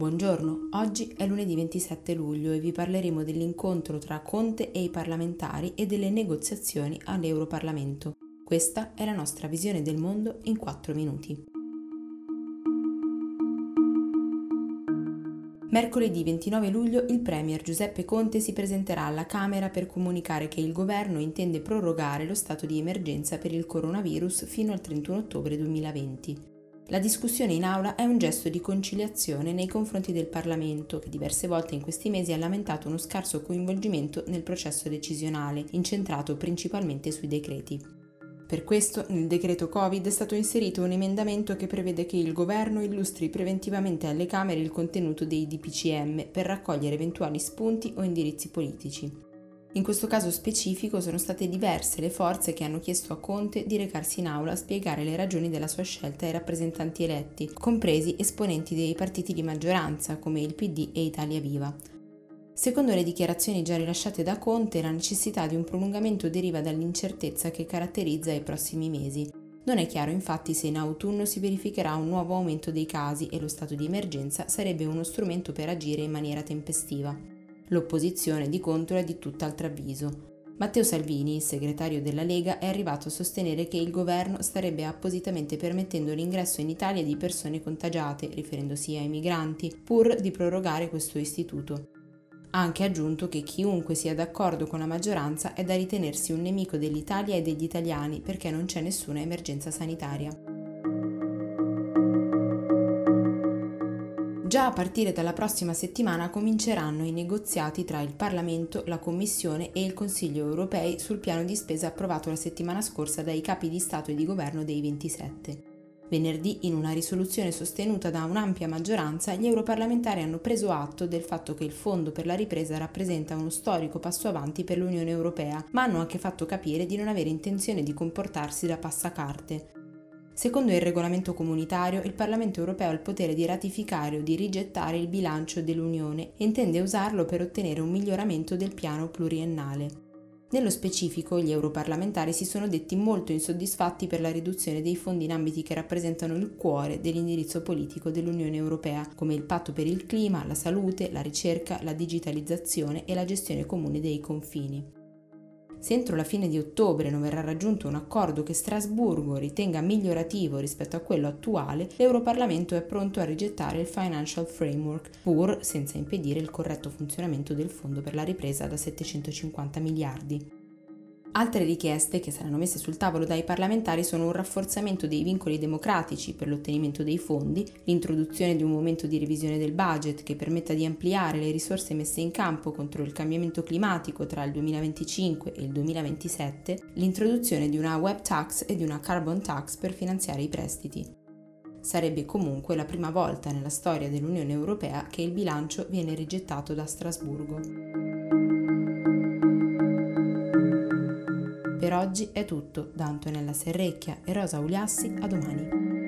Buongiorno, oggi è lunedì 27 luglio e vi parleremo dell'incontro tra Conte e i parlamentari e delle negoziazioni all'Europarlamento. Questa è la nostra visione del mondo in 4 minuti. Mercoledì 29 luglio il Premier Giuseppe Conte si presenterà alla Camera per comunicare che il governo intende prorogare lo stato di emergenza per il coronavirus fino al 31 ottobre 2020. La discussione in aula è un gesto di conciliazione nei confronti del Parlamento, che diverse volte in questi mesi ha lamentato uno scarso coinvolgimento nel processo decisionale, incentrato principalmente sui decreti. Per questo, nel decreto Covid è stato inserito un emendamento che prevede che il governo illustri preventivamente alle Camere il contenuto dei DPCM per raccogliere eventuali spunti o indirizzi politici. In questo caso specifico sono state diverse le forze che hanno chiesto a Conte di recarsi in aula a spiegare le ragioni della sua scelta ai rappresentanti eletti, compresi esponenti dei partiti di maggioranza come il PD e Italia Viva. Secondo le dichiarazioni già rilasciate da Conte, la necessità di un prolungamento deriva dall'incertezza che caratterizza i prossimi mesi. Non è chiaro infatti se in autunno si verificherà un nuovo aumento dei casi e lo stato di emergenza sarebbe uno strumento per agire in maniera tempestiva. L'opposizione di contro è di tutt'altro avviso. Matteo Salvini, il segretario della Lega, è arrivato a sostenere che il governo starebbe appositamente permettendo l'ingresso in Italia di persone contagiate, riferendosi ai migranti, pur di prorogare questo istituto. Ha anche aggiunto che chiunque sia d'accordo con la maggioranza è da ritenersi un nemico dell'Italia e degli italiani perché non c'è nessuna emergenza sanitaria. Già a partire dalla prossima settimana cominceranno i negoziati tra il Parlamento, la Commissione e il Consiglio europei sul piano di spesa approvato la settimana scorsa dai capi di Stato e di Governo dei 27. Venerdì, in una risoluzione sostenuta da un'ampia maggioranza, gli europarlamentari hanno preso atto del fatto che il Fondo per la ripresa rappresenta uno storico passo avanti per l'Unione Europea, ma hanno anche fatto capire di non avere intenzione di comportarsi da passacarte. Secondo il regolamento comunitario, il Parlamento europeo ha il potere di ratificare o di rigettare il bilancio dell'Unione e intende usarlo per ottenere un miglioramento del piano pluriennale. Nello specifico, gli europarlamentari si sono detti molto insoddisfatti per la riduzione dei fondi in ambiti che rappresentano il cuore dell'indirizzo politico dell'Unione Europea, come il patto per il clima, la salute, la ricerca, la digitalizzazione e la gestione comune dei confini. Se entro la fine di ottobre non verrà raggiunto un accordo che Strasburgo ritenga migliorativo rispetto a quello attuale, l'Europarlamento è pronto a rigettare il Financial Framework, pur senza impedire il corretto funzionamento del Fondo per la ripresa da 750 miliardi. Altre richieste che saranno messe sul tavolo dai parlamentari sono un rafforzamento dei vincoli democratici per l'ottenimento dei fondi, l'introduzione di un momento di revisione del budget che permetta di ampliare le risorse messe in campo contro il cambiamento climatico tra il 2025 e il 2027, l'introduzione di una web tax e di una carbon tax per finanziare i prestiti. Sarebbe comunque la prima volta nella storia dell'Unione Europea che il bilancio viene rigettato da Strasburgo. Per oggi è tutto, da Antonella Serrecchia e Rosa Uliassi, a domani.